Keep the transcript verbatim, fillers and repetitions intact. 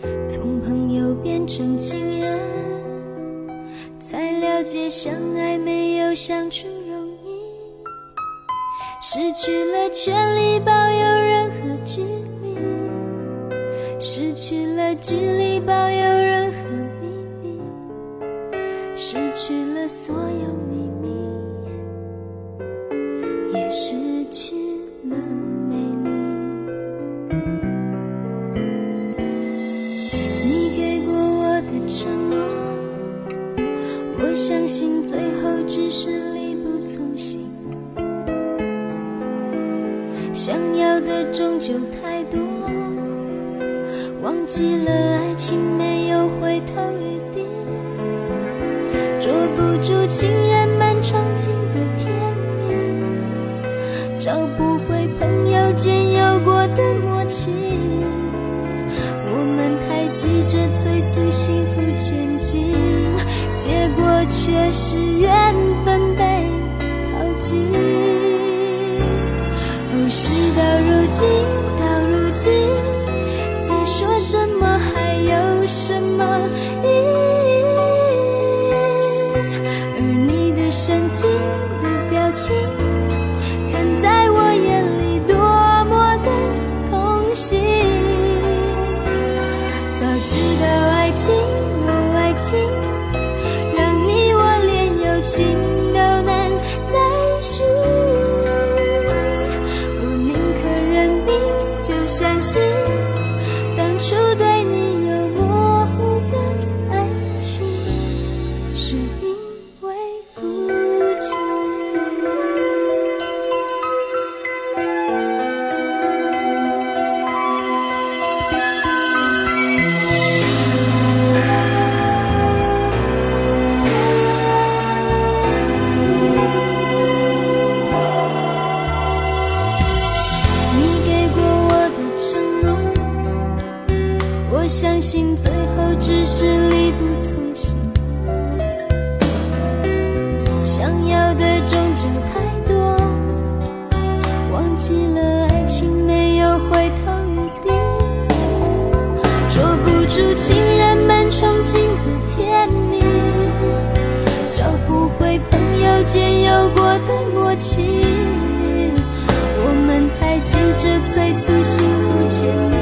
从朋友变成情人，才了解相爱没有相处容易，失去了权利保有任何距离，失去了距离保有任何秘密，失去了所有秘密，也失去了美丽。你给过我的承诺，我相信最后只是力不从心，想要的终究太多，忘记了爱情没有回头余地，捉不住情人们憧憬的甜蜜，找不回朋友间有过的默契，我们太急着催促幸福前进，结果却是缘分被淘尽。哦，事到如今，到如今，再说什么还有什么意义？而你的深情的表情，看在我眼里多么的痛心。早知道爱情，哦爱情，让你我连友情都难再续。我宁可认命，就相信当初对你有模糊的爱情，是因为孤寂。我相信最后只是力不从心，想要的终究太多，忘记了爱情没有回头余地，捉不住情人们憧憬的甜蜜，找不回朋友间有过的默契，我们太急着催促幸福前进，